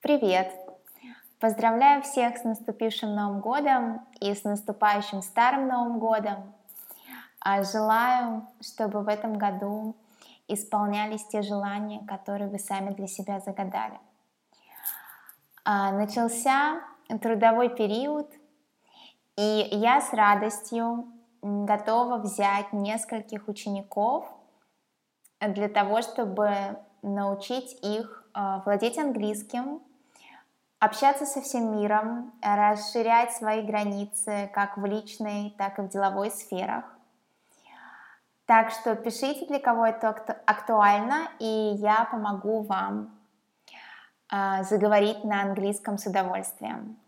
Привет! Поздравляю всех с наступившим Новым годом и с наступающим Старым Новым годом. Желаю, чтобы в этом году исполнялись те желания, которые вы сами для себя загадали. Начался трудовой период, и я с радостью готова взять нескольких учеников для того, чтобы научить их владеть английским, общаться со всем миром, расширять свои границы как в личной, так и в деловой сферах. Так что пишите, для кого это актуально, и я помогу вам заговорить на английском с удовольствием.